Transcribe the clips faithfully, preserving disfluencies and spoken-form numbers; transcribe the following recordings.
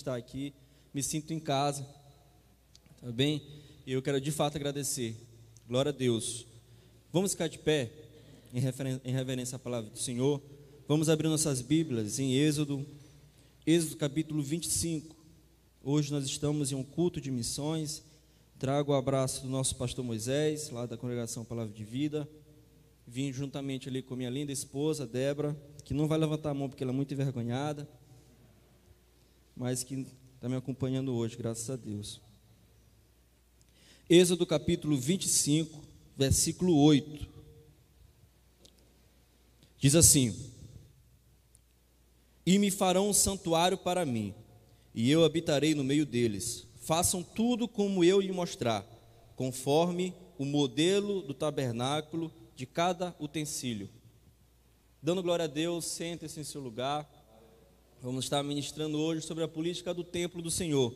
estar aqui, me sinto em casa, tá bem? E eu quero de fato agradecer, glória a Deus. Vamos ficar de pé, em referência, em reverência à palavra do Senhor. Vamos abrir nossas Bíblias em Êxodo, Êxodo capítulo vinte e cinco. Hoje nós estamos em um culto de missões. Trago o abraço do nosso pastor Moisés, lá da congregação Palavra de Vida. Vim juntamente ali com minha linda esposa, Débora, que não vai levantar a mão porque ela é muito envergonhada, mas que está me acompanhando hoje, graças a Deus. Êxodo capítulo vinte e cinco, versículo oito. Diz assim: E me farão um santuário para mim, e eu habitarei no meio deles. Façam tudo como eu lhe mostrar, conforme o modelo do tabernáculo de cada utensílio. Dando glória a Deus, sente-se em seu lugar. Vamos estar ministrando hoje sobre a política do templo do Senhor.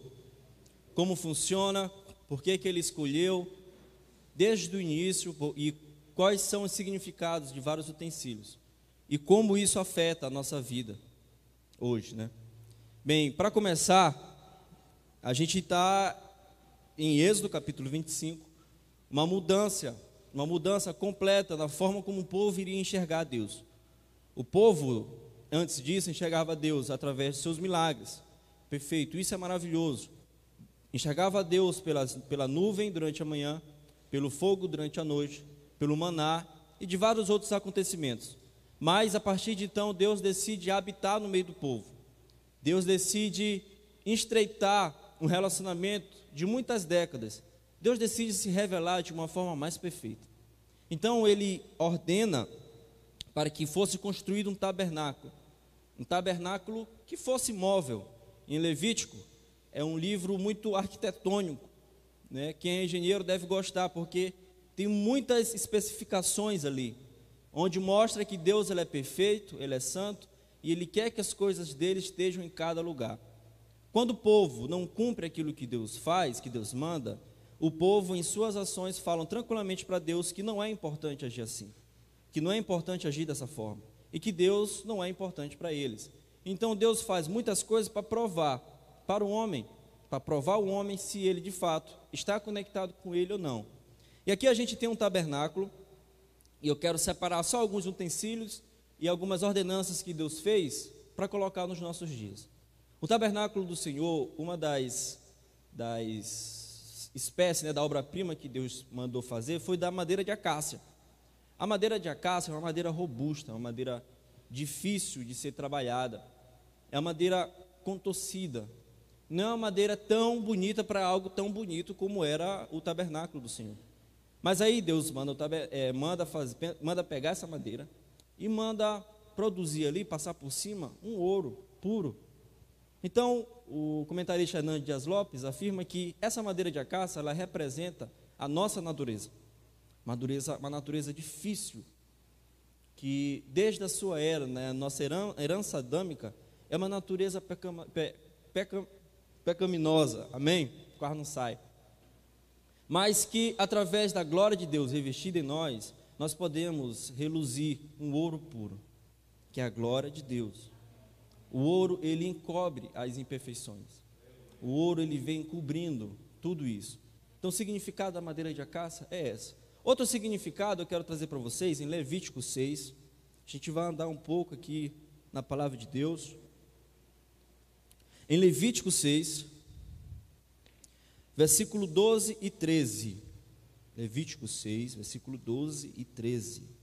Como funciona, por que que ele escolheu, desde o início, e quais são os significados de vários utensílios. E como isso afeta a nossa vida hoje, né? Bem, para começar, a gente está em Êxodo capítulo vinte e cinco, uma mudança, uma mudança completa na forma como o povo iria enxergar Deus. O povo, antes disso, enxergava Deus através de seus milagres. Perfeito, isso é maravilhoso. Enxergava Deus pela, pela nuvem durante a manhã, pelo fogo durante a noite, pelo maná e de vários outros acontecimentos. Mas, a partir de então, Deus decide habitar no meio do povo. Deus decide estreitar um relacionamento de muitas décadas. Deus decide se revelar de uma forma mais perfeita. Então ele ordena para que fosse construído um tabernáculo, um tabernáculo que fosse móvel. Em Levítico é um livro muito arquitetônico, né? Quem é engenheiro deve gostar, porque tem muitas especificações ali, onde mostra que Deus ele é perfeito, ele é santo, e ele quer que as coisas dele estejam em cada lugar. Quando o povo não cumpre aquilo que Deus faz, que Deus manda, o povo em suas ações falam tranquilamente para Deus que não é importante agir assim, que não é importante agir dessa forma, e que Deus não é importante para eles. Então Deus faz muitas coisas para provar para o homem, para provar o homem se ele de fato está conectado com ele ou não. E aqui a gente tem um tabernáculo, e eu quero separar só alguns utensílios e algumas ordenanças que Deus fez para colocar nos nossos dias. O tabernáculo do Senhor, uma das, das espécies, né, da obra-prima que Deus mandou fazer, foi da madeira de acácia. A madeira de acácia é uma madeira robusta, uma madeira difícil de ser trabalhada. É uma madeira contorcida. Não é uma madeira tão bonita para algo tão bonito como era o tabernáculo do Senhor. Mas aí Deus manda, o taber, é, manda, fazer, manda pegar essa madeira e manda produzir ali, passar por cima, um ouro puro. Então, o comentarista Hernando Dias Lopes afirma que essa madeira de acácia, ela representa a nossa natureza, uma natureza, uma natureza difícil, que desde a sua era, né, nossa herança adâmica, é uma natureza pecama, pe, peca, pecaminosa, amém? Quase não sai. Mas que, através da glória de Deus revestida em nós, nós podemos reluzir um ouro puro, que é a glória de Deus. O ouro, ele encobre as imperfeições. O ouro, ele vem cobrindo tudo isso. Então, o significado da madeira de acácia é esse. Outro significado eu quero trazer para vocês em Levítico seis. A gente vai andar um pouco aqui na palavra de Deus. Em Levítico seis, versículo doze e treze. Levítico seis, versículo doze e treze.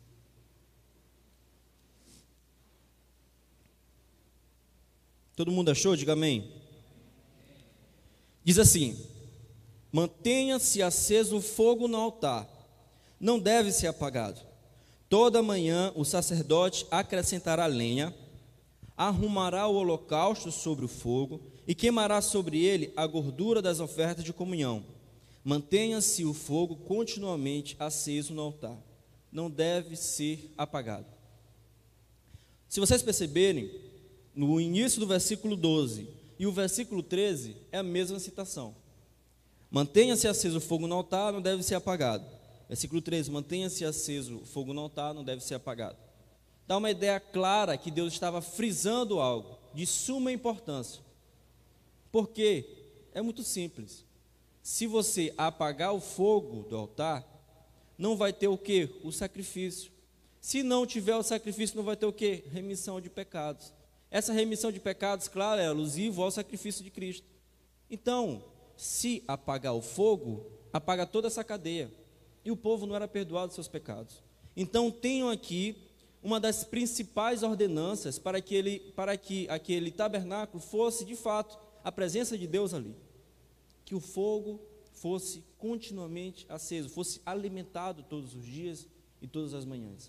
Todo mundo achou? Diga amém. Diz assim: mantenha-se aceso o fogo no altar, não deve ser apagado. Toda manhã o sacerdote acrescentará lenha, arrumará o holocausto sobre o fogo e queimará sobre ele a gordura das ofertas de comunhão. Mantenha-se o fogo continuamente aceso no altar, não deve ser apagado. Se vocês perceberem, no início do versículo doze e o versículo treze é a mesma citação. Mantenha-se aceso o fogo no altar, não deve ser apagado. Versículo treze, mantenha-se aceso o fogo no altar, não deve ser apagado. Dá uma ideia clara que Deus estava frisando algo de suma importância, Por quê? É muito simples. Se você apagar o fogo do altar, não vai ter o quê? O sacrifício. Se não tiver o sacrifício, não vai ter o quê? Remissão de pecados. Essa remissão de pecados, claro, é alusivo ao sacrifício de Cristo. Então, se apagar o fogo, apaga toda essa cadeia. E o povo não era perdoado dos seus pecados. Então, tenham aqui uma das principais ordenanças para que, ele, para que aquele tabernáculo fosse, de fato, a presença de Deus ali. Que o fogo fosse continuamente aceso, fosse alimentado todos os dias e todas as manhãs.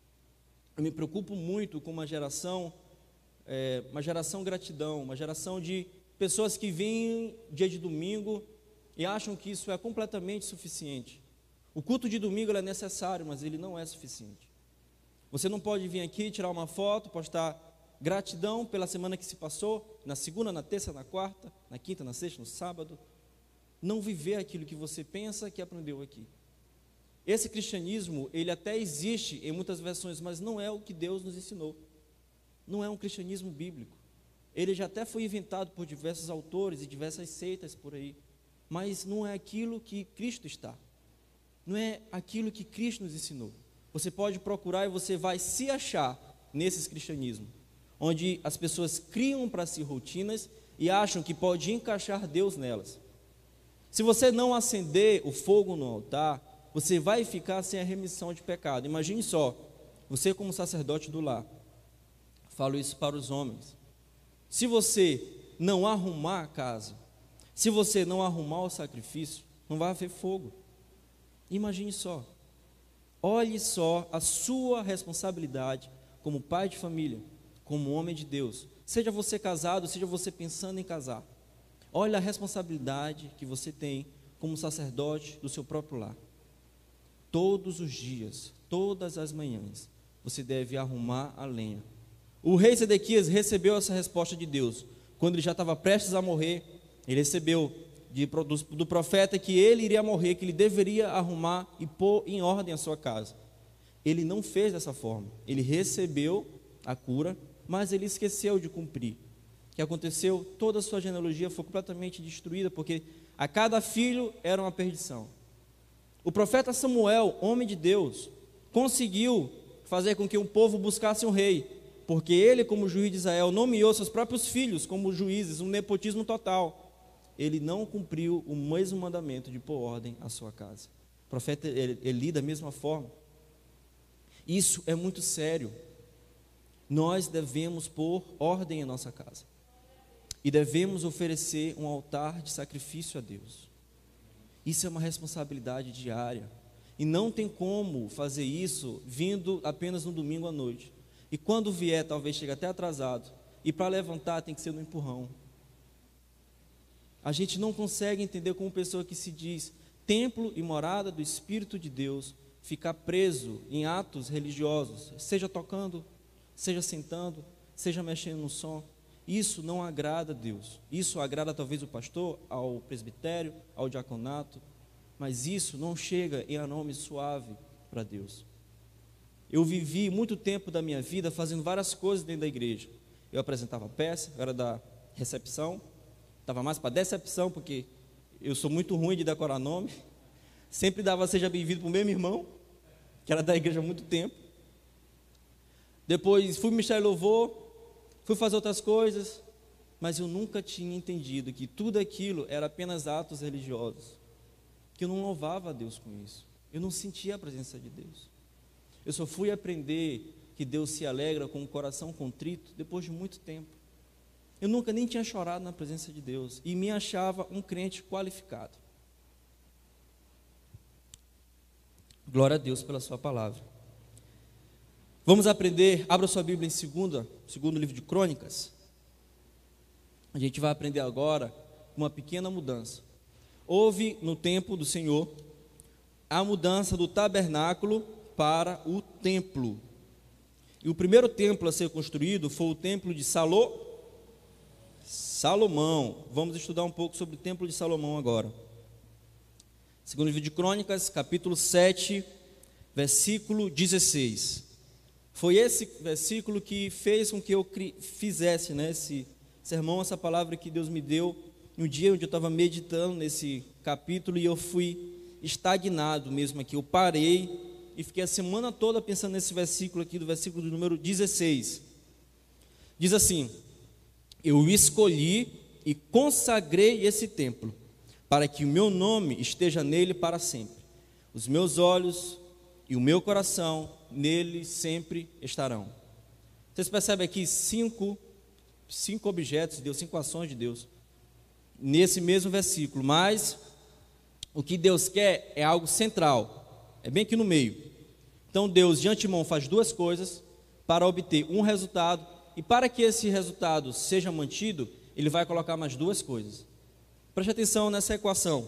Eu me preocupo muito com uma geração, é, uma geração gratidão, uma geração de pessoas que vêm dia de domingo e acham que isso é completamente suficiente. O culto de domingo é necessário, mas ele não é suficiente. Você não pode vir aqui, tirar uma foto, postar gratidão pela semana que se passou, na segunda, na terça, na quarta, na quinta, na sexta, no sábado. Não viver aquilo que você pensa que aprendeu aqui. Esse cristianismo, ele até existe em muitas versões, mas não é o que Deus nos ensinou. Não é um cristianismo bíblico. Ele já até foi inventado por diversos autores e diversas seitas por aí, mas não é aquilo que Cristo está. Não é aquilo que Cristo nos ensinou. Você pode procurar e você vai se achar nesses cristianismos, onde as pessoas criam para si rotinas e acham que pode encaixar Deus nelas. Se você não acender o fogo no altar, você vai ficar sem a remissão de pecado. Imagine só, você como sacerdote do lar, falo isso para os homens. Se você não arrumar a casa, se você não arrumar o sacrifício, não vai haver fogo. Imagine só, olhe só a sua responsabilidade como pai de família, como homem de Deus. Seja você casado, seja você pensando em casar. Olha a responsabilidade que você tem como sacerdote do seu próprio lar. Todos os dias, todas as manhãs, você deve arrumar a lenha. O rei Zedequias recebeu essa resposta de Deus. Quando ele já estava prestes a morrer, ele recebeu de, do, do profeta que ele iria morrer, que ele deveria arrumar e pôr em ordem a sua casa. Ele não fez dessa forma. Ele recebeu a cura, mas ele esqueceu de cumprir. O que aconteceu? Toda a sua genealogia foi completamente destruída, porque a cada filho era uma perdição. O profeta Samuel, homem de Deus, conseguiu fazer com que o povo buscasse um rei, porque ele, como juiz de Israel, nomeou seus próprios filhos como juízes, um nepotismo total. Ele não cumpriu o mesmo mandamento de pôr ordem à sua casa. O profeta Eli, da mesma forma. Isso é muito sério. Nós devemos pôr ordem em nossa casa. E devemos oferecer um altar de sacrifício a Deus. Isso é uma responsabilidade diária. E não tem como fazer isso vindo apenas no domingo à noite. E quando vier, talvez chegue até atrasado. E para levantar tem que ser no empurrão. A gente não consegue entender como pessoa que se diz templo e morada do Espírito de Deus, ficar preso em atos religiosos, seja tocando, seja sentando, seja mexendo no som. Isso não agrada a Deus. Isso agrada talvez o pastor, ao presbitério, ao diaconato, mas isso não chega em nome suave para Deus. Eu vivi muito tempo da minha vida fazendo várias coisas dentro da igreja. Eu apresentava peça, eu era da recepção, estava mais para decepção, porque eu sou muito ruim de decorar nome. Sempre dava seja bem-vindo para o meu irmão, que era da igreja há muito tempo. Depois fui ministrar louvor, fui fazer outras coisas, mas eu nunca tinha entendido que tudo aquilo era apenas atos religiosos, que eu não louvava a Deus com isso, eu não sentia a presença de Deus. Eu só fui aprender que Deus se alegra com o coração contrito depois de muito tempo. Eu nunca nem tinha chorado na presença de Deus e me achava um crente qualificado. Glória a Deus pela sua palavra. Vamos aprender, abra sua Bíblia em segunda, segundo livro de Crônicas. A gente vai aprender agora uma pequena mudança. Houve no tempo do Senhor a mudança do tabernáculo para o templo. E o primeiro templo a ser construído foi o templo de Salô, Salomão. Vamos estudar um pouco sobre o templo de Salomão agora. Segundo livro de Crônicas, capítulo sete, versículo dezesseis. Foi esse versículo que fez com que eu fizesse, né, esse sermão, essa palavra que Deus me deu um dia onde eu estava meditando nesse capítulo e eu fui estagnado mesmo aqui. Eu parei e fiquei a semana toda pensando nesse versículo aqui, do versículo do número dezesseis. Diz assim: eu escolhi e consagrei esse templo, para que o meu nome esteja nele para sempre. Os meus olhos e o meu coração nele sempre estarão. Vocês percebem aqui cinco, cinco objetos de Deus, cinco ações de Deus, nesse mesmo versículo, mas o que Deus quer é algo central, é bem aqui no meio. Então Deus de antemão faz duas coisas para obter um resultado, e para que esse resultado seja mantido, Ele vai colocar mais duas coisas. Preste atenção nessa equação.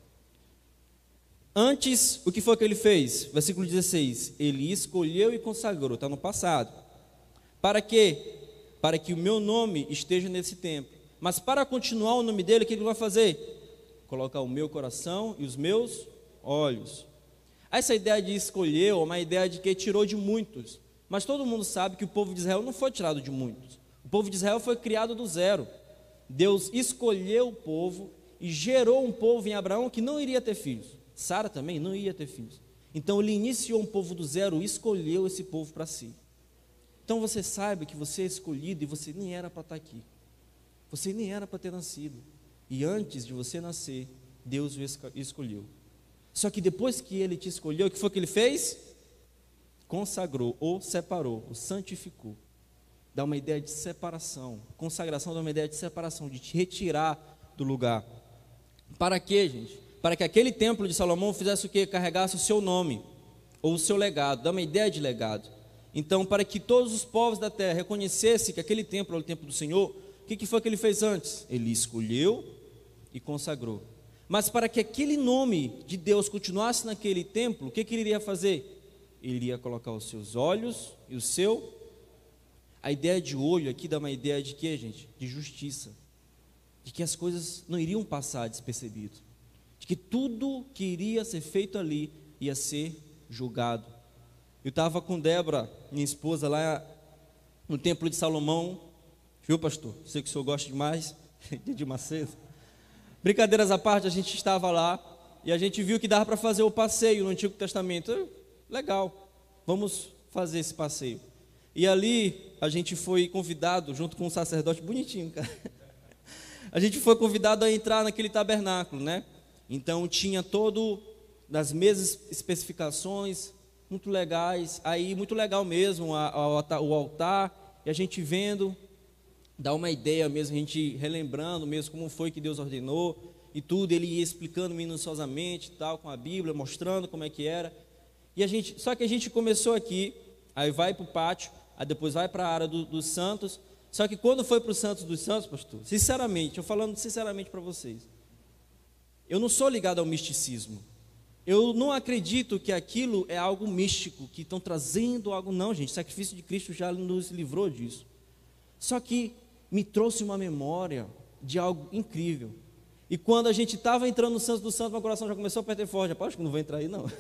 Antes, o que foi que Ele fez? Versículo dezesseis, Ele escolheu e consagrou, está no passado. Para quê? Para que o meu nome esteja nesse templo. Mas para continuar o nome dele, o que Ele vai fazer? Colocar o meu coração e os meus olhos. Essa ideia de escolher é uma ideia de que tirou de muitos. Mas todo mundo sabe que o povo de Israel não foi tirado de muitos. O povo de Israel foi criado do zero. Deus escolheu o povo e gerou um povo em Abraão que não iria ter filhos. Sara também não ia ter filhos. Então Ele iniciou um povo do zero e escolheu esse povo para si. Então você sabe que você é escolhido e você nem era para estar aqui. Você nem era para ter nascido. E antes de você nascer, Deus o escolheu. Só que depois que Ele te escolheu, o que foi que Ele fez? Consagrou ou separou, ou santificou. Dá uma ideia de separação. Consagração dá uma ideia de separação, de te retirar do lugar. Para quê, gente? Para que aquele templo de Salomão fizesse o quê? Carregasse o seu nome, ou o seu legado. Dá uma ideia de legado. Então, para que todos os povos da terra reconhecessem que aquele templo era o templo do Senhor, o que, que foi que Ele fez antes? Ele escolheu e consagrou. Mas para que aquele nome de Deus continuasse naquele templo, o que, que Ele iria fazer? Ele iria colocar os seus olhos e o seu... A ideia de olho aqui dá uma ideia de quê, gente? De justiça. De que as coisas não iriam passar despercebido. De que tudo que iria ser feito ali ia ser julgado. Eu estava com Débora, minha esposa, lá no templo de Salomão. Viu, pastor? Sei que o senhor gosta demais de Macedo. Brincadeiras à parte, a gente estava lá e a gente viu que dava para fazer o passeio no Antigo Testamento. Legal, vamos fazer esse passeio. E ali a gente foi convidado, junto com um sacerdote bonitinho, cara. A gente foi convidado a entrar naquele tabernáculo, né? Então tinha todo, das mesmas especificações, muito legais. Aí, muito legal mesmo, a, a, o altar, e a gente vendo, dá uma ideia mesmo, a gente relembrando mesmo como foi que Deus ordenou, e tudo, ele ia explicando minuciosamente, tal, com a Bíblia, mostrando como é que era. E a gente, só que a gente começou aqui, aí vai para o pátio, aí depois vai para a área do, dos santos. Só que quando foi para os santos dos santos, pastor, sinceramente, eu falando sinceramente para vocês, eu não sou ligado ao misticismo. Eu não acredito que aquilo é algo místico, que estão trazendo algo, não, gente. O sacrifício de Cristo já nos livrou disso. Só que me trouxe uma memória de algo incrível. E quando a gente estava entrando no Santos do Santo, meu coração já começou a apertar forte. Acho que não vou entrar aí, não.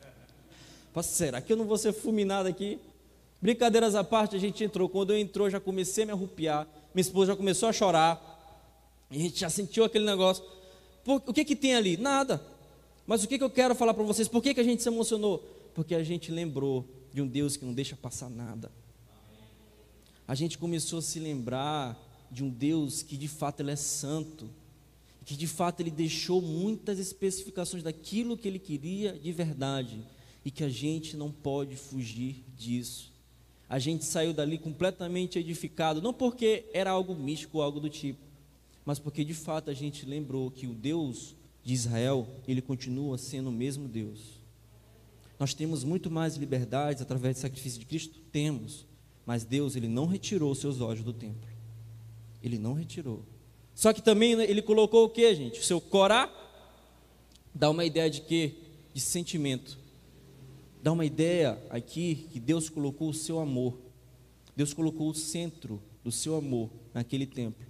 Será que eu não vou ser fulminado aqui? Brincadeiras à parte, a gente entrou. Quando eu entrou, já comecei a me arrupiar. Minha esposa já começou a chorar. E a gente já sentiu aquele negócio. Por, o que que tem ali? Nada. Mas o que que eu quero falar para vocês? Por que que a gente se emocionou? Porque a gente lembrou de um Deus que não deixa passar nada. A gente começou a se lembrar de um Deus que de fato Ele é santo. Que de fato Ele deixou muitas especificações daquilo que Ele queria de verdade. E que a gente não pode fugir disso. A gente saiu dali completamente edificado, não porque era algo místico ou algo do tipo, mas porque de fato a gente lembrou que o Deus de Israel, Ele continua sendo o mesmo Deus. Nós temos muito mais liberdades através do sacrifício de Cristo? Temos, mas Deus, Ele não retirou os seus olhos do templo. Ele não retirou. Só que também Ele colocou o que, gente? O seu corá, dá uma ideia de quê? De sentimento. Dá uma ideia aqui que Deus colocou o seu amor. Deus colocou o centro do seu amor naquele templo.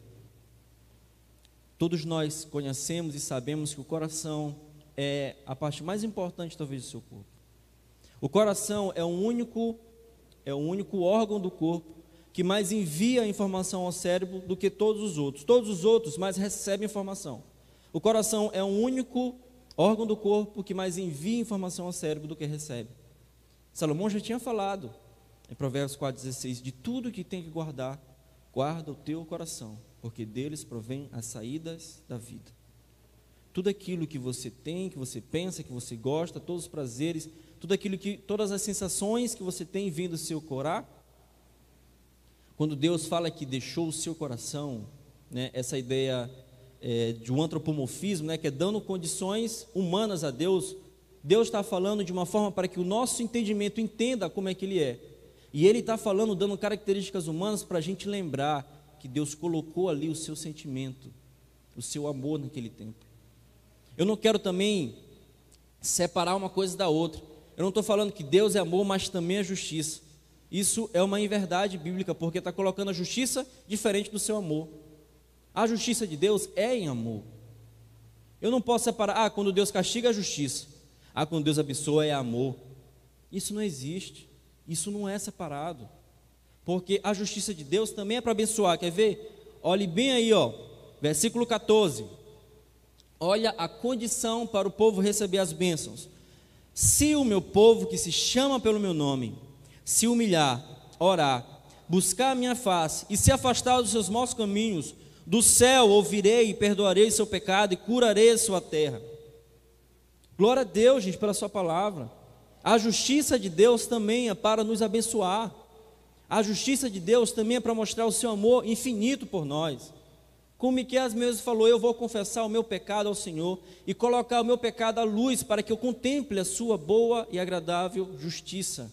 Todos nós conhecemos e sabemos que o coração é a parte mais importante talvez do seu corpo. O coração é o único, é o único órgão do corpo que mais envia informação ao cérebro do que todos os outros. Todos os outros mais recebem informação. O coração é o único órgão do corpo que mais envia informação ao cérebro do que recebe. Salomão já tinha falado em Provérbios quatro, dezesseis, de tudo que tem que guardar, guarda o teu coração, porque deles provém as saídas da vida. Tudo aquilo que você tem, que você pensa, que você gosta, todos os prazeres, tudo aquilo que, todas as sensações que você tem vindo do seu corar, quando Deus fala que deixou o seu coração, né, essa ideia é, de um antropomorfismo, né, que é dando condições humanas a Deus, Deus está falando de uma forma para que o nosso entendimento entenda como é que Ele é. E Ele está falando, dando características humanas para a gente lembrar que Deus colocou ali o seu sentimento, o seu amor naquele tempo. Eu não quero também separar uma coisa da outra. Eu não estou falando que Deus é amor, mas também é justiça. Isso é uma inverdade bíblica, porque está colocando a justiça diferente do seu amor. A justiça de Deus é em amor. Eu não posso separar, ah, quando Deus castiga é justiça, ah, quando Deus abençoa é amor. Isso não existe, isso não é separado, porque a justiça de Deus também é para abençoar. Quer ver? Olhe bem aí, ó, versículo catorze. Olha a condição para o povo receber as bênçãos. Se o meu povo que se chama pelo meu nome se humilhar, orar, buscar a minha face e se afastar dos seus maus caminhos, do céu ouvirei e perdoarei seu pecado e curarei a sua terra. Glória a Deus, gente, pela sua palavra. A justiça de Deus também é para nos abençoar. A justiça de Deus também é para mostrar o seu amor infinito por nós. Como Miqueias mesmo falou, eu vou confessar o meu pecado ao Senhor e colocar o meu pecado à luz para que eu contemple a sua boa e agradável justiça.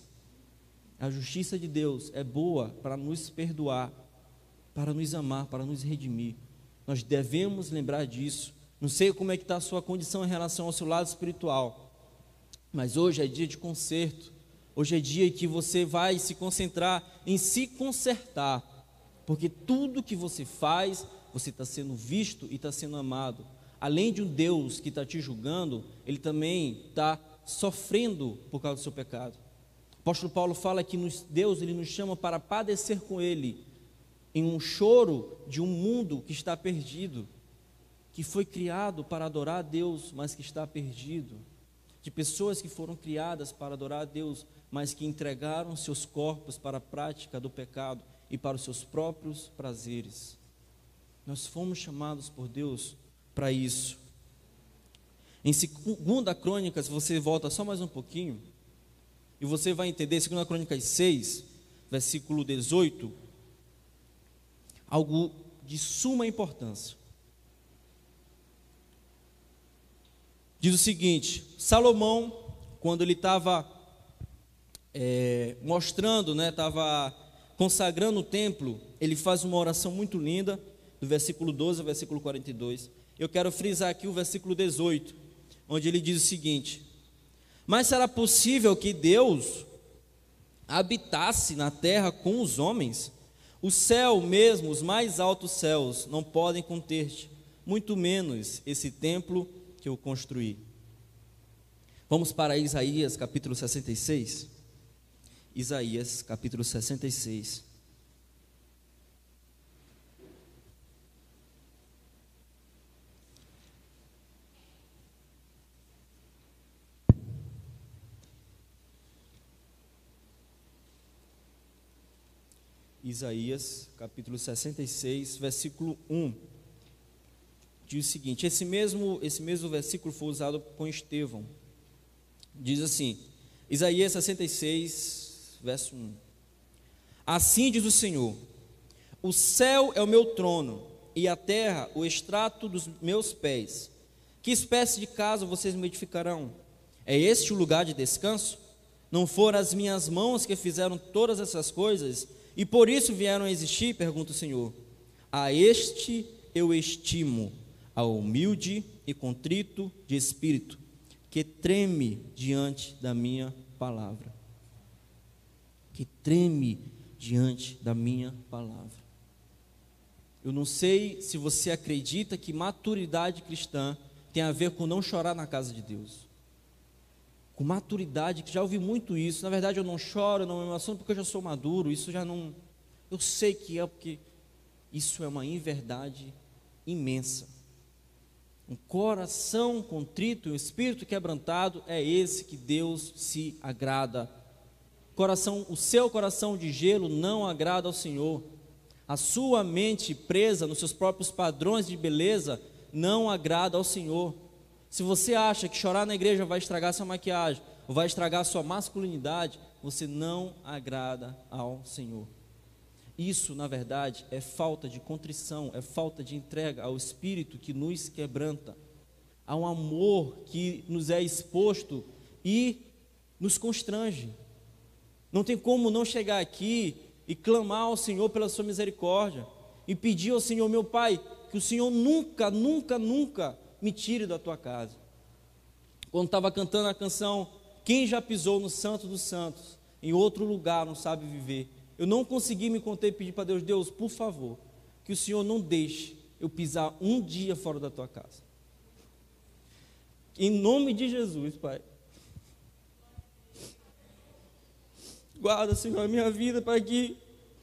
A justiça de Deus é boa para nos perdoar, para nos amar, para nos redimir. Nós devemos lembrar disso. Não sei como é que está a sua condição em relação ao seu lado espiritual, mas hoje é dia de conserto. Hoje é dia que você vai se concentrar em se consertar, porque tudo que você faz, você está sendo visto e está sendo amado. Além de um Deus que está te julgando, Ele também está sofrendo por causa do seu pecado. O apóstolo Paulo fala que nos, Deus ele nos chama para padecer com Ele, em um choro de um mundo que está perdido, que foi criado para adorar a Deus, mas que está perdido, de pessoas que foram criadas para adorar a Deus, mas que entregaram seus corpos para a prática do pecado e para os seus próprios prazeres. Nós fomos chamados por Deus para isso. Em segunda Crônicas, você volta só mais um pouquinho, e você vai entender, segunda Crônicas seis, versículo dezoito, algo de suma importância. Diz o seguinte: Salomão, quando ele estava é, mostrando, né, estava consagrando o templo, ele faz uma oração muito linda, do versículo doze ao versículo quarenta e dois. Eu quero frisar aqui o versículo dezoito, onde ele diz o seguinte: mas será possível que Deus habitasse na terra com os homens? O céu mesmo, os mais altos céus, não podem conter-te, muito menos esse templo que eu construí. Vamos para Isaías capítulo sessenta e seis. Isaías capítulo sessenta e seis. Isaías, capítulo sessenta e seis, versículo um, diz o seguinte, esse mesmo, esse mesmo versículo foi usado com Estevão, diz assim, Isaías sessenta e seis, verso um, assim diz o Senhor, o céu é o meu trono, e a terra o estrato dos meus pés, que espécie de casa vocês me edificarão? É este o lugar de descanso? Não foram as minhas mãos que fizeram todas essas coisas, e por isso vieram a existir, pergunta o Senhor. A este eu estimo, ao humilde e contrito de espírito, que treme diante da minha palavra. Que treme diante da minha palavra. Eu não sei se você acredita que maturidade cristã tem a ver com não chorar na casa de Deus. Com maturidade, que já ouvi muito isso. Na verdade eu não choro, não me emociono porque eu já sou maduro. Isso já não, Eu sei que é porque isso é uma inverdade imensa. Um coração contrito e um espírito quebrantado é esse que Deus se agrada. Coração, o seu coração de gelo não agrada ao Senhor. A sua mente presa nos seus próprios padrões de beleza não agrada ao Senhor. Se você acha que chorar na igreja vai estragar sua maquiagem, ou vai estragar sua masculinidade, você não agrada ao Senhor. Isso, na verdade, é falta de contrição, é falta de entrega ao Espírito que nos quebranta, a um amor que nos é exposto e nos constrange. Não tem como não chegar aqui e clamar ao Senhor pela sua misericórdia, e pedir ao Senhor, meu Pai, que o Senhor nunca, nunca, nunca me tire da tua casa. Quando estava cantando a canção, quem já pisou no Santo dos Santos, em outro lugar não sabe viver, eu não consegui me conter e pedir para Deus, Deus, por favor, que o Senhor não deixe eu pisar um dia fora da tua casa. Em nome de Jesus, Pai. Guarda, Senhor, a minha vida para que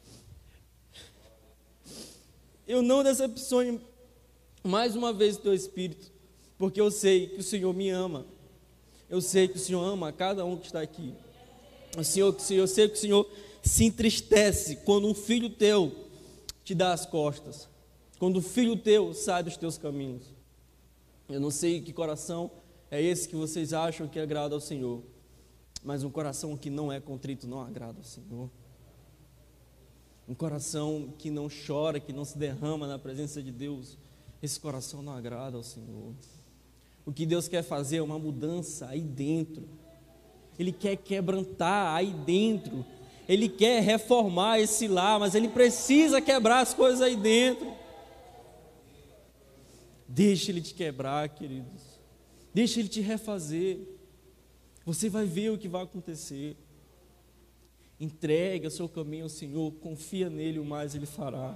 eu não decepcione mais uma vez o teu Espírito, porque eu sei que o Senhor me ama. Eu sei que o Senhor ama a cada um que está aqui. O Senhor, eu sei que o Senhor se entristece quando um filho teu te dá as costas, quando um filho teu sai dos teus caminhos. Eu não sei que coração é esse que vocês acham que agrada ao Senhor, mas um coração que não é contrito não agrada ao Senhor. Um coração que não chora, que não se derrama na presença de Deus, esse coração não agrada ao Senhor. O que Deus quer fazer é uma mudança aí dentro. Ele quer quebrantar aí dentro. Ele quer reformar esse lar, mas Ele precisa quebrar as coisas aí dentro. Deixa Ele te quebrar, queridos. Deixa Ele te refazer. Você vai ver o que vai acontecer. Entregue o seu caminho ao Senhor, confia nele, o mais Ele fará.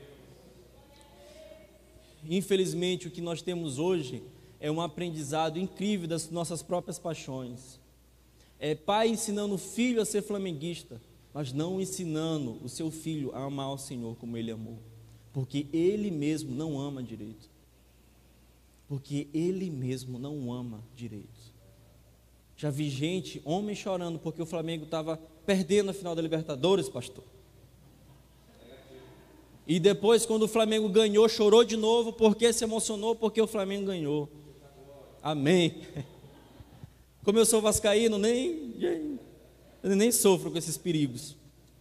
Infelizmente, o que nós temos hoje é um aprendizado incrível das nossas próprias paixões. É pai ensinando o filho a ser flamenguista, mas não ensinando o seu filho a amar o Senhor como ele amou, porque ele mesmo não ama direito, porque ele mesmo não ama direito. Já vi gente, homem chorando porque o Flamengo estava perdendo a final da Libertadores, pastor, e depois quando o Flamengo ganhou, chorou de novo porque se emocionou porque o Flamengo ganhou. Amém. Como eu sou vascaíno, nem, nem, nem sofro com esses perigos.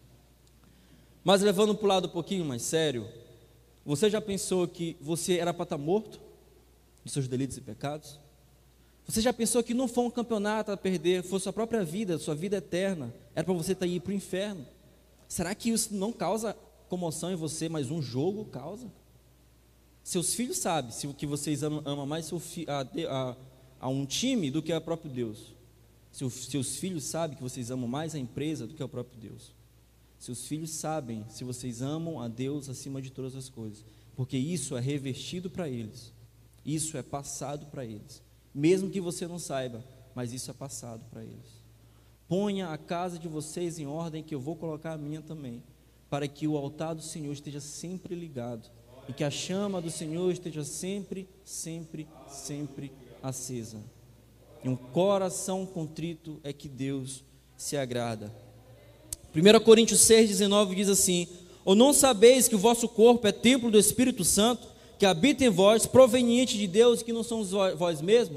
Mas levando para o lado um pouquinho mais sério, você já pensou que você era para estar morto dos seus delitos e pecados? Você já pensou que não foi um campeonato a perder, foi sua própria vida, sua vida eterna, era para você estar ir para o inferno? Será que isso não causa comoção em você, mas um jogo causa? Seus filhos sabem se o que vocês amam, amam mais seu fi, a, a, a um time do que a próprio Deus. Seus, seus filhos sabem que vocês amam mais a empresa do que ao próprio Deus. Seus filhos sabem se vocês amam a Deus acima de todas as coisas, porque isso é revestido para eles, isso é passado para eles, mesmo que você não saiba, mas isso é passado para eles. Ponha a casa de vocês em ordem, que eu vou colocar a minha também, para que o altar do Senhor esteja sempre ligado, e que a chama do Senhor esteja sempre, sempre, sempre acesa. E um coração contrito é que Deus se agrada. primeira Coríntios seis, dezenove diz assim: ou não sabeis que o vosso corpo é templo do Espírito Santo, que habita em vós, proveniente de Deus, que não são vós mesmos?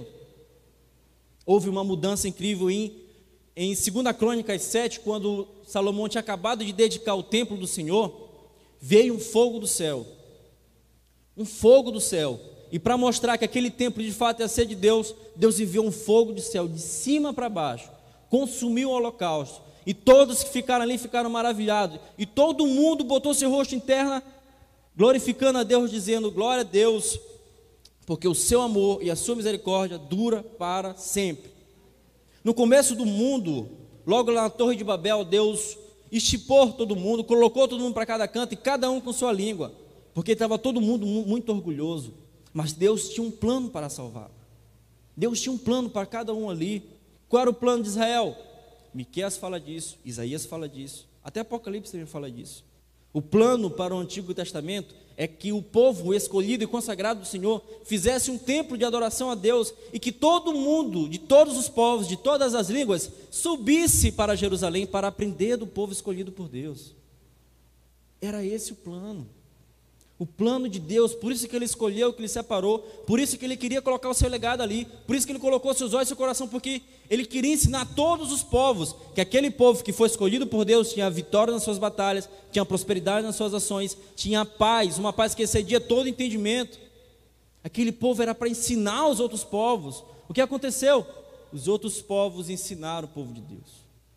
Houve uma mudança incrível em, em segunda Crônicas sete, quando Salomão tinha acabado de dedicar o templo do Senhor, veio um fogo do céu, um fogo do céu, e para mostrar que aquele templo de fato ia ser de Deus, Deus enviou um fogo do céu, de cima para baixo, consumiu o holocausto, e todos que ficaram ali ficaram maravilhados, e todo mundo botou seu rosto em terra, glorificando a Deus, dizendo: glória a Deus, porque o seu amor e a sua misericórdia dura para sempre. No começo do mundo, logo lá na Torre de Babel, Deus estipou todo mundo, colocou todo mundo para cada canto, e cada um com sua língua, porque estava todo mundo muito orgulhoso, mas Deus tinha um plano para salvar. Deus tinha um plano para cada um ali. Qual era o plano de Israel? Miqueias fala disso, Isaías fala disso, até Apocalipse também fala disso. O plano para o Antigo Testamento é que o povo escolhido e consagrado do Senhor fizesse um templo de adoração a Deus e que todo mundo, de todos os povos, de todas as línguas, subisse para Jerusalém para aprender do povo escolhido por Deus. Era esse o plano. O plano de Deus, por isso que Ele escolheu, que Ele separou, por isso que Ele queria colocar o seu legado ali, por isso que Ele colocou seus olhos e seu coração, porque Ele queria ensinar a todos os povos, que aquele povo que foi escolhido por Deus, tinha vitória nas suas batalhas, tinha prosperidade nas suas ações, tinha paz, uma paz que excedia todo entendimento. Aquele povo era para ensinar os outros povos. O que aconteceu? Os outros povos ensinaram o povo de Deus.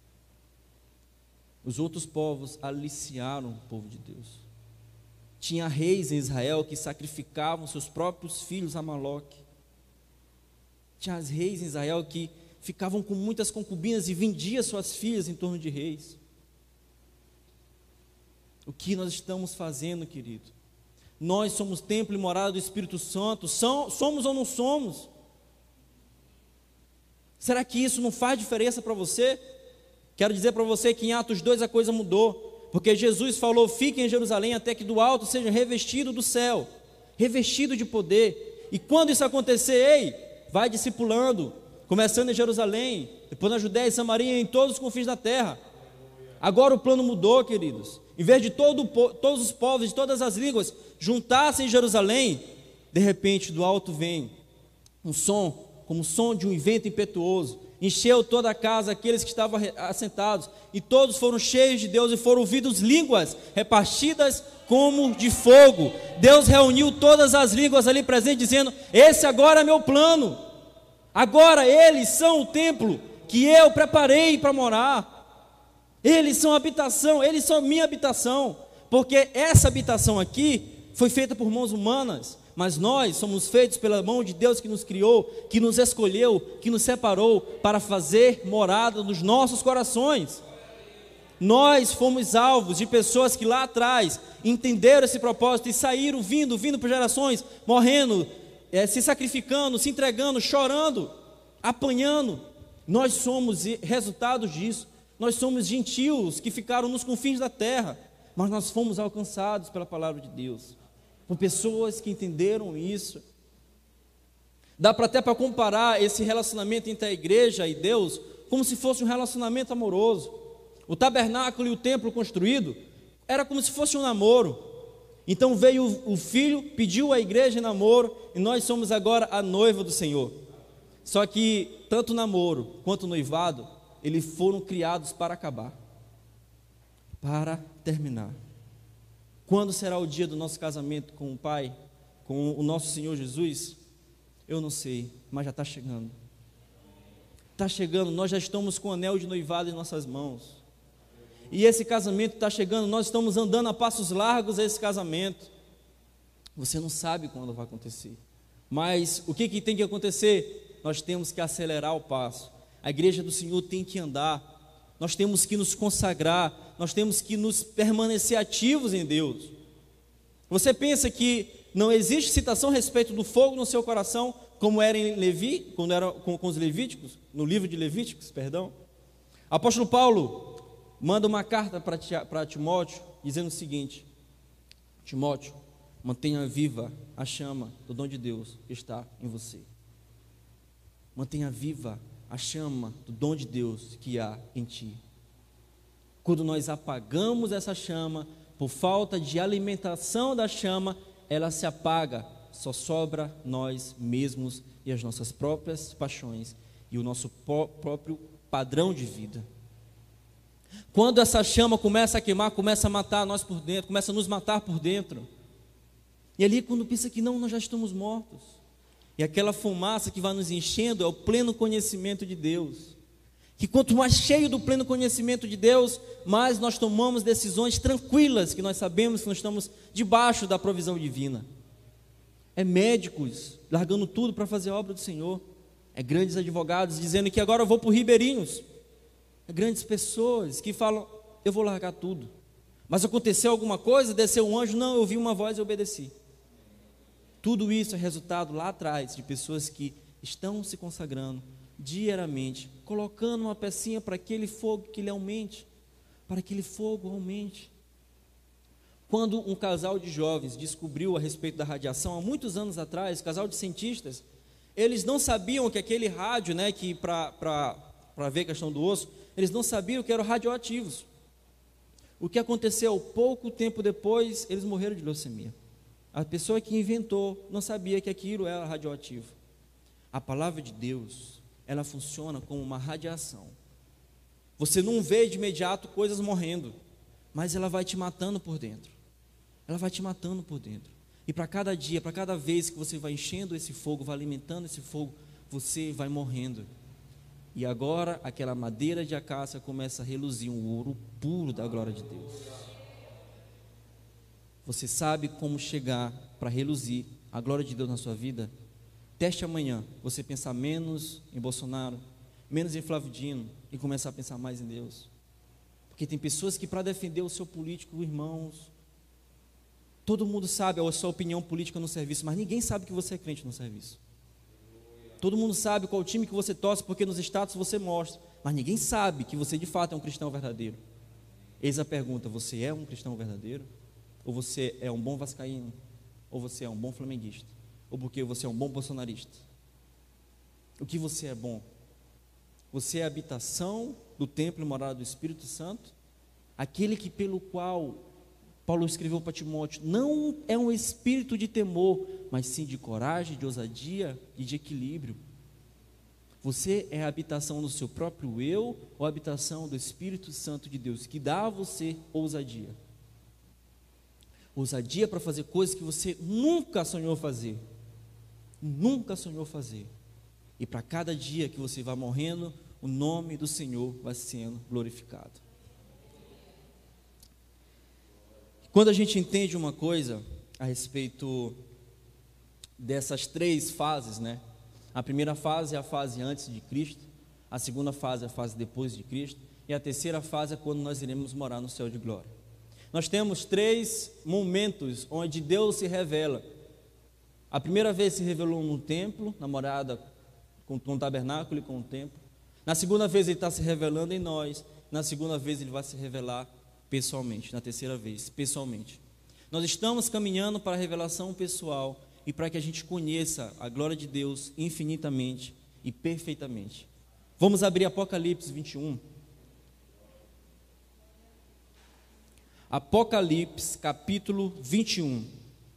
Os outros povos aliciaram o povo de Deus. Tinha reis em Israel que sacrificavam seus próprios filhos a Moloque. Tinha as reis em Israel que ficavam com muitas concubinas e vendiam suas filhas em torno de reis. O que nós estamos fazendo, querido? Nós somos templo e morada do Espírito Santo. Somos ou não somos? Será que isso não faz diferença para você? Quero dizer para você que em Atos dois a coisa mudou. Porque Jesus falou, fiquem em Jerusalém até que do alto seja revestido do céu, revestido de poder. E quando isso acontecer, ei, vai discipulando, começando em Jerusalém, depois na Judéia e Samaria e em todos os confins da terra. Agora o plano mudou, queridos. Em vez de todo, todos os povos, de todas as línguas, juntar-se em Jerusalém, de repente do alto vem um som, como o som de um vento impetuoso, encheu toda a casa, aqueles que estavam assentados, e todos foram cheios de Deus, e foram ouvidas línguas repartidas como de fogo. Deus reuniu todas as línguas ali presentes, dizendo, esse agora é meu plano, agora eles são o templo que eu preparei para morar, eles são a habitação, eles são minha habitação, porque essa habitação aqui foi feita por mãos humanas, mas nós somos feitos pela mão de Deus que nos criou, que nos escolheu, que nos separou para fazer morada nos nossos corações. Nós fomos alvos de pessoas que lá atrás entenderam esse propósito e saíram vindo, vindo por gerações, morrendo, é, se sacrificando, se entregando, chorando, apanhando. Nós somos resultados disso. Nós somos gentios que ficaram nos confins da terra, mas nós fomos alcançados pela palavra de Deus. Por pessoas que entenderam isso. Dá para até para comparar esse relacionamento entre a igreja e Deus como se fosse um relacionamento amoroso. O tabernáculo e o templo construído era como se fosse um namoro. Então veio o, o filho, pediu à igreja em namoro, e nós somos agora a noiva do Senhor. Só que tanto o namoro quanto o noivado, eles foram criados para acabar, para terminar. Quando será o dia do nosso casamento com o Pai, com o nosso Senhor Jesus? Eu não sei, mas já está chegando. Está chegando, nós já estamos com o anel de noivado em nossas mãos. E esse casamento está chegando, nós estamos andando a passos largos a esse casamento. Você não sabe quando vai acontecer. Mas o que, que tem que acontecer? Nós temos que acelerar o passo. A igreja do Senhor tem que andar. Nós temos que nos consagrar, nós temos que nos permanecer ativos em Deus. Você pensa que não existe citação a respeito do fogo no seu coração, como era em Levi, quando era com, com os Levíticos, no livro de Levíticos, perdão? Apóstolo Paulo manda uma carta para Timóteo, dizendo o seguinte: Timóteo, mantenha viva a chama do dom de Deus que está em você. Mantenha viva a chama do dom de Deus que há em ti. Quando nós apagamos essa chama, por falta de alimentação da chama, ela se apaga, só sobra nós mesmos e as nossas próprias paixões e o nosso próprio padrão de vida. Quando essa chama começa a queimar, começa a matar nós por dentro, começa a nos matar por dentro. E ali quando pensa que não, nós já estamos mortos. E aquela fumaça que vai nos enchendo é o pleno conhecimento de Deus. Que quanto mais cheio do pleno conhecimento de Deus, mais nós tomamos decisões tranquilas, que nós sabemos que nós estamos debaixo da provisão divina. É médicos largando tudo para fazer a obra do Senhor. É grandes advogados dizendo que agora eu vou para o Ribeirinhos. É grandes pessoas que falam, eu vou largar tudo. Mas aconteceu alguma coisa, desceu um anjo, não, eu ouvi uma voz e obedeci. Tudo isso é resultado lá atrás de pessoas que estão se consagrando diariamente, colocando uma pecinha para aquele fogo que ele aumente, para que aquele fogo aumente. Quando um casal de jovens descobriu a respeito da radiação, há muitos anos atrás, casal de cientistas, eles não sabiam que aquele rádio, né, que para ver a questão do osso, eles não sabiam que eram radioativos. O que aconteceu? Pouco tempo depois, eles morreram de leucemia. A pessoa que inventou não sabia que aquilo era radioativo. A palavra de Deus, ela funciona como uma radiação. Você não vê de imediato coisas morrendo, mas ela vai te matando por dentro. Ela vai te matando por dentro. E para cada dia, para cada vez que você vai enchendo esse fogo, vai alimentando esse fogo, você vai morrendo. E agora aquela madeira de acácia começa a reluzir um ouro puro da glória de Deus. Você sabe como chegar para reluzir a glória de Deus na sua vida? Teste amanhã, você pensar menos em Bolsonaro, menos em Flávio Dino e começar a pensar mais em Deus. Porque tem pessoas que para defender o seu político, irmãos, todo mundo sabe a sua opinião política no serviço, mas ninguém sabe que você é crente no serviço. Todo mundo sabe qual time que você torce, porque nos status você mostra, mas ninguém sabe que você de fato é um cristão verdadeiro. Eis a pergunta: você é um cristão verdadeiro? Ou você é um bom vascaíno? Ou você é um bom flamenguista? Ou porque você é um bom bolsonarista? O que você é bom? Você é a habitação do templo e morada do Espírito Santo? Aquele que pelo qual Paulo escreveu para Timóteo, não é um espírito de temor, mas sim de coragem, de ousadia e de equilíbrio. Você é a habitação do seu próprio eu ou a habitação do Espírito Santo de Deus, que dá a você ousadia? Ousadia para fazer coisas que você nunca sonhou fazer. Nunca sonhou fazer. E para cada dia que você vai morrendo, o nome do Senhor vai sendo glorificado. Quando a gente entende uma coisa a respeito dessas três fases, né? A primeira fase é a fase antes de Cristo, a segunda fase é a fase depois de Cristo, e a terceira fase é quando nós iremos morar no céu de glória. Nós temos três momentos onde Deus se revela. A primeira vez se revelou no templo, na morada, com, com o tabernáculo e com o templo. Na segunda vez ele está se revelando em nós. Na segunda vez ele vai se revelar pessoalmente. Na terceira vez, pessoalmente. Nós estamos caminhando para a revelação pessoal e para que a gente conheça a glória de Deus infinitamente e perfeitamente. Vamos abrir Apocalipse vinte e um. Apocalipse, capítulo vinte e um.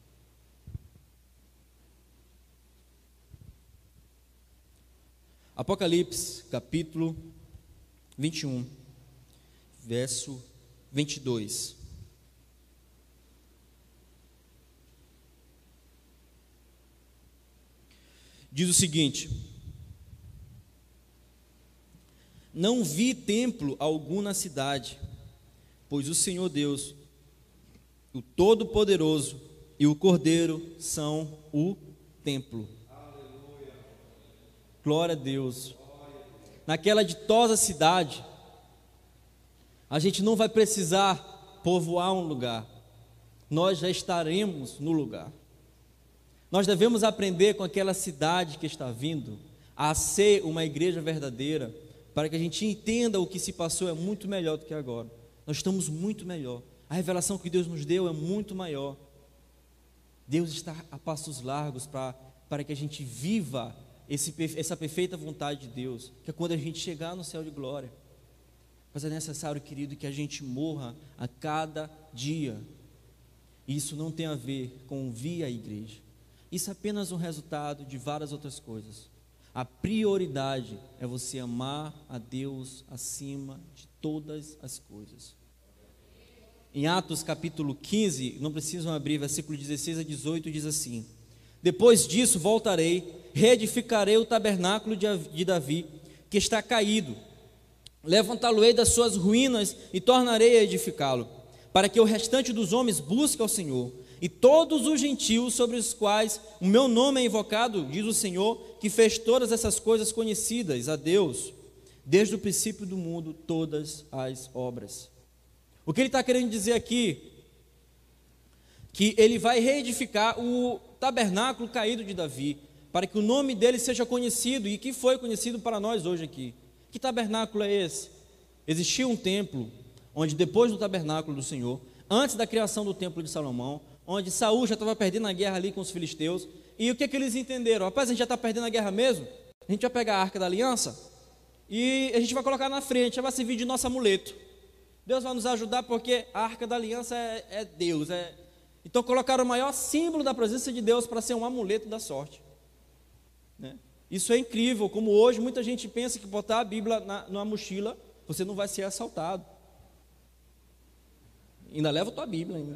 Apocalipse, capítulo vinte e um, verso vinte e dois. Diz o seguinte: não vi templo algum na cidade, pois o Senhor Deus, o Todo-Poderoso e o Cordeiro são o templo. Aleluia. Glória a Deus. Naquela ditosa cidade, a gente não vai precisar povoar um lugar, nós já estaremos no lugar. Nós devemos aprender com aquela cidade que está vindo a ser uma igreja verdadeira, para que a gente entenda o que se passou é muito melhor do que agora. Nós estamos muito melhor. A revelação que Deus nos deu é muito maior. Deus está a passos largos para, para que a gente viva esse, essa perfeita vontade de Deus, que é quando a gente chegar no céu de glória. Mas é necessário, querido, que a gente morra a cada dia. E isso não tem a ver com vir à igreja. Isso é apenas um resultado de várias outras coisas. A prioridade é você amar a Deus acima de todas as coisas. Em Atos capítulo quinze, não precisam abrir, versículo dezesseis a dezoito, diz assim: depois disso voltarei, reedificarei o tabernáculo de Davi, que está caído, levantá-lo-ei das suas ruínas e tornarei a edificá-lo, para que o restante dos homens busque ao Senhor, e todos os gentios sobre os quais o meu nome é invocado, diz o Senhor, que fez todas essas coisas conhecidas a Deus, desde o princípio do mundo, todas as obras. O que ele está querendo dizer aqui? Que ele vai reedificar o tabernáculo caído de Davi, para que o nome dele seja conhecido, e que foi conhecido para nós hoje aqui. Que tabernáculo é esse? Existia um templo, onde depois do tabernáculo do Senhor, antes da criação do templo de Salomão, onde Saul já estava perdendo a guerra ali com os filisteus. E o que, que eles entenderam? Rapaz, a gente já está perdendo a guerra mesmo, a gente vai pegar a Arca da Aliança e a gente vai colocar na frente, vai servir de nosso amuleto. Deus vai nos ajudar porque a Arca da Aliança é, é Deus. É... Então colocaram o maior símbolo da presença de Deus para ser um amuleto da sorte, né? Isso é incrível, como hoje muita gente pensa que botar a Bíblia na, numa mochila, você não vai ser assaltado. Ainda leva a tua Bíblia ainda.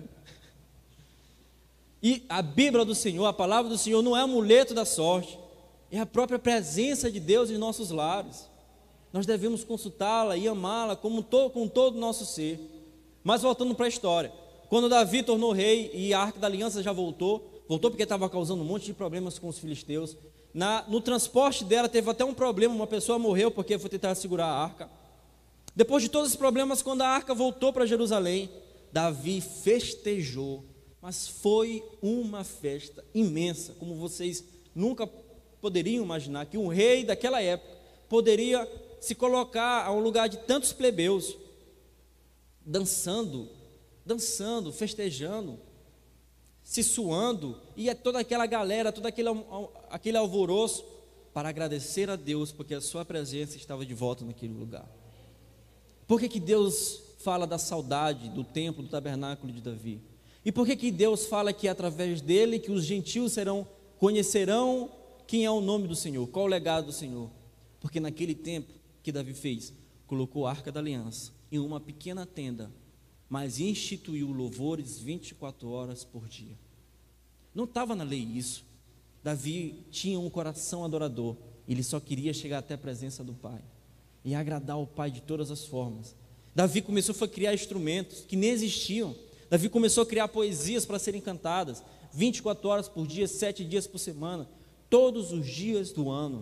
E a Bíblia do Senhor, a palavra do Senhor não é amuleto da sorte, é a própria presença de Deus em nossos lares. Nós devemos consultá-la e amá-la como to, com todo o nosso ser. Mas voltando para a história, quando Davi tornou rei e a Arca da Aliança já voltou, voltou porque estava causando um monte de problemas com os filisteus. Na, no transporte dela teve até um problema, uma pessoa morreu porque foi tentar segurar a arca. Depois de todos os problemas, quando a arca voltou para Jerusalém, Davi festejou, mas foi uma festa imensa, como vocês nunca poderiam imaginar, que um rei daquela época poderia se colocar a um lugar de tantos plebeus, dançando, dançando, festejando, se suando, e toda aquela galera, todo aquele, aquele alvoroço, para agradecer a Deus, porque a sua presença estava de volta naquele lugar. Por que que Deus fala da saudade do templo, do tabernáculo de Davi? E por que que Deus fala que através dele que os gentios serão, conhecerão quem é o nome do Senhor, qual o legado do Senhor? Porque naquele tempo que Davi fez, colocou a Arca da Aliança em uma pequena tenda, mas instituiu louvores vinte e quatro horas por dia. Não estava na lei isso. Davi tinha um coração adorador, ele só queria chegar até a presença do Pai e agradar o Pai de todas as formas. Davi começou a criar instrumentos que nem existiam. Davi começou a criar poesias para serem cantadas, vinte e quatro horas por dia, sete dias por semana, todos os dias do ano.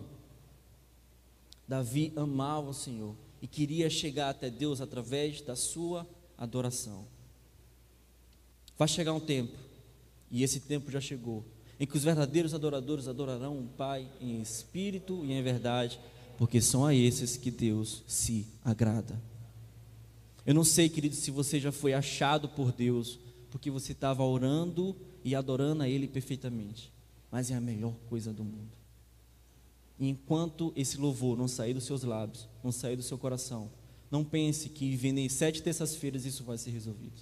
Davi amava o Senhor e queria chegar até Deus através da sua adoração. Vai chegar um tempo, e esse tempo já chegou, em que os verdadeiros adoradores adorarão o Pai em espírito e em verdade, porque são a esses que Deus se agrada. Eu não sei, querido, se você já foi achado por Deus, porque você estava orando e adorando a Ele perfeitamente, mas é a melhor coisa do mundo. E enquanto esse louvor não sair dos seus lábios, não sair do seu coração, não pense que vivendo em sete terças-feiras isso vai ser resolvido.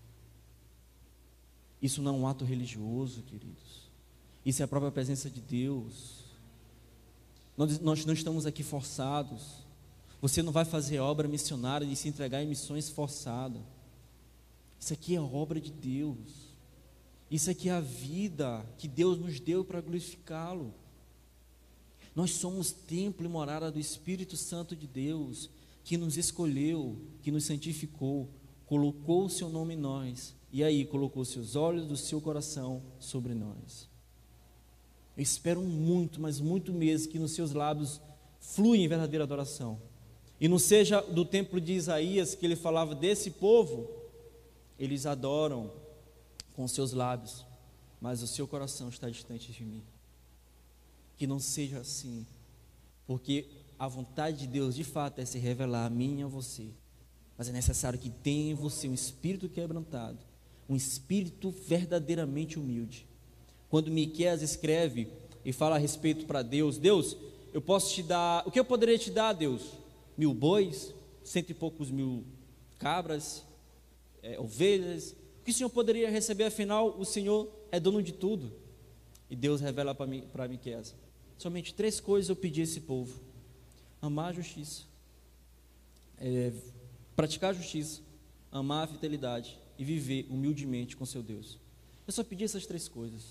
Isso não é um ato religioso, queridos. Isso é a própria presença de Deus. Nós, nós não estamos aqui forçados. Você não vai fazer obra missionária e se entregar em missões forçadas. Isso aqui é obra de Deus. Isso aqui é a vida que Deus nos deu para glorificá-lo. Nós somos templo e morada do Espírito Santo de Deus, que nos escolheu, que nos santificou, colocou o seu nome em nós, e aí colocou os seus olhos do seu coração sobre nós. Eu espero muito, mas muito mesmo, que nos seus lábios flua em verdadeira adoração, e não seja do templo de Isaías, que ele falava desse povo, eles adoram com seus lábios, mas o seu coração está distante de mim. Que não seja assim, porque a vontade de Deus de fato é se revelar a mim e a você, mas é necessário que tenha em você um espírito quebrantado, um espírito verdadeiramente humilde. Quando Miqueias escreve e fala a respeito para Deus: Deus, eu posso te dar, o que eu poderia te dar, Deus? Mil bois, cento e poucos mil cabras, é, ovelhas, o que o Senhor poderia receber? Afinal, o Senhor é dono de tudo. E Deus revela para Miqueias: somente três coisas eu pedi a esse povo: amar a justiça, é, praticar a justiça, amar a fidelidade e viver humildemente com seu Deus. Eu só pedi essas três coisas.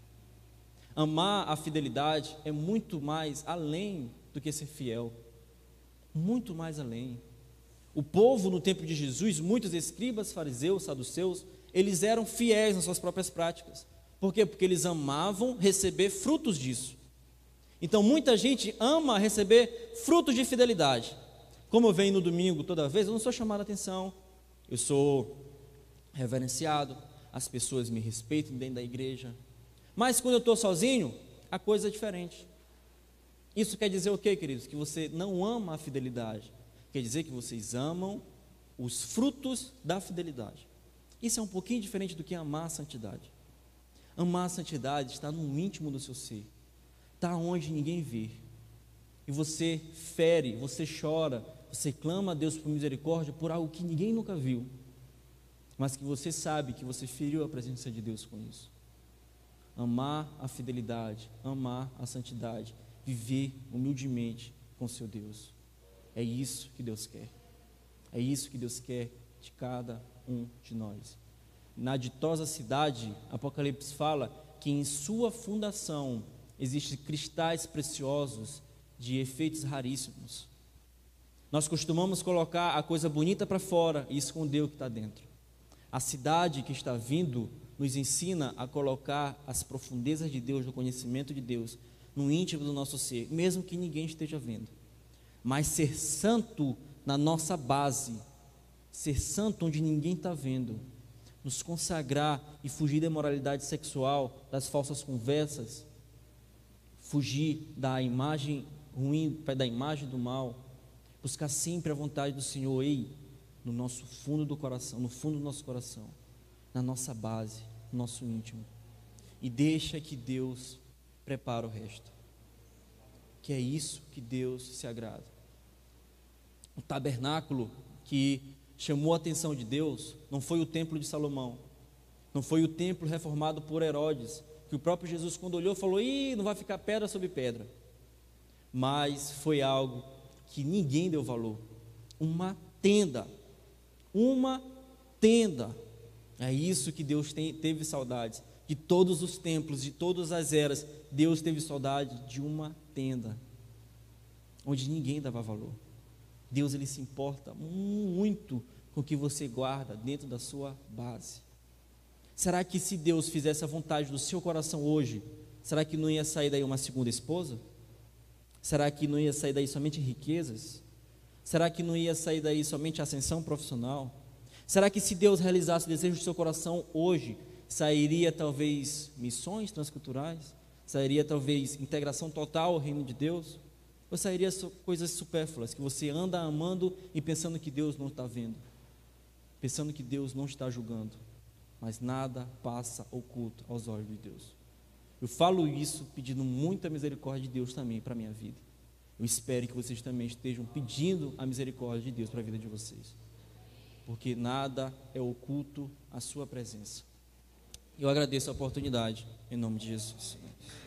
Amar a fidelidade é muito mais além do que ser fiel, muito mais além. O povo no tempo de Jesus, muitos escribas, fariseus, saduceus, eles eram fiéis nas suas próprias práticas. Por quê? Porque eles amavam receber frutos disso. Então muita gente ama receber frutos de fidelidade. Como eu venho no domingo toda vez, eu não sou chamado a atenção, eu sou reverenciado, as pessoas me respeitam dentro da igreja. Mas quando eu estou sozinho, a coisa é diferente. Isso quer dizer o quê, queridos? Que você não ama a fidelidade. Quer dizer que vocês amam os frutos da fidelidade. Isso é um pouquinho diferente do que amar a santidade. Amar a santidade está no íntimo do seu ser, está onde ninguém vê. E você fere, você chora, você clama a Deus por misericórdia por algo que ninguém nunca viu, mas que você sabe que você feriu a presença de Deus com isso. Amar a fidelidade, amar a santidade, viver humildemente com seu Deus. É isso que Deus quer. É isso que Deus quer de cada um de nós. Na ditosa cidade, Apocalipse fala que em sua fundação existem cristais preciosos de efeitos raríssimos. Nós costumamos colocar a coisa bonita para fora e esconder o que está dentro. A cidade que está vindo nos ensina a colocar as profundezas de Deus, o conhecimento de Deus, no íntimo do nosso ser, mesmo que ninguém esteja vendo. Mas ser santo na nossa base, ser santo onde ninguém está vendo, nos consagrar e fugir da imoralidade sexual, das falsas conversas, fugir da imagem ruim, da imagem do mal, buscar sempre a vontade do Senhor, ei, no nosso fundo do coração, no fundo do nosso coração, na nossa base, no nosso íntimo, e deixa que Deus prepare o resto, que é isso que Deus se agrada. O tabernáculo que chamou a atenção de Deus não foi o templo de Salomão, não foi o templo reformado por Herodes, que o próprio Jesus, quando olhou, falou: ih, não vai ficar pedra sobre pedra. Mas foi algo que ninguém deu valor. Uma tenda, uma tenda. É isso que Deus tem, teve saudades. De todos os templos, de todas as eras, Deus teve saudade de uma tenda, onde ninguém dava valor. Deus, ele se importa muito com o que você guarda dentro da sua base. Será que se Deus fizesse a vontade do seu coração hoje, será que não ia sair daí uma segunda esposa? Será que não ia sair daí somente riquezas? Será que não ia sair daí somente ascensão profissional? Será que se Deus realizasse o desejo do seu coração hoje, sairia talvez missões transculturais? Sairia talvez integração total ao reino de Deus? Ou sairia coisas supérfluas, que você anda amando e pensando que Deus não está vendo, pensando que Deus não está julgando, mas nada passa oculto aos olhos de Deus. Eu falo isso pedindo muita misericórdia de Deus também para a minha vida. Eu espero que vocês também estejam pedindo a misericórdia de Deus para a vida de vocês, porque nada é oculto à sua presença. Eu agradeço a oportunidade, em nome de Jesus.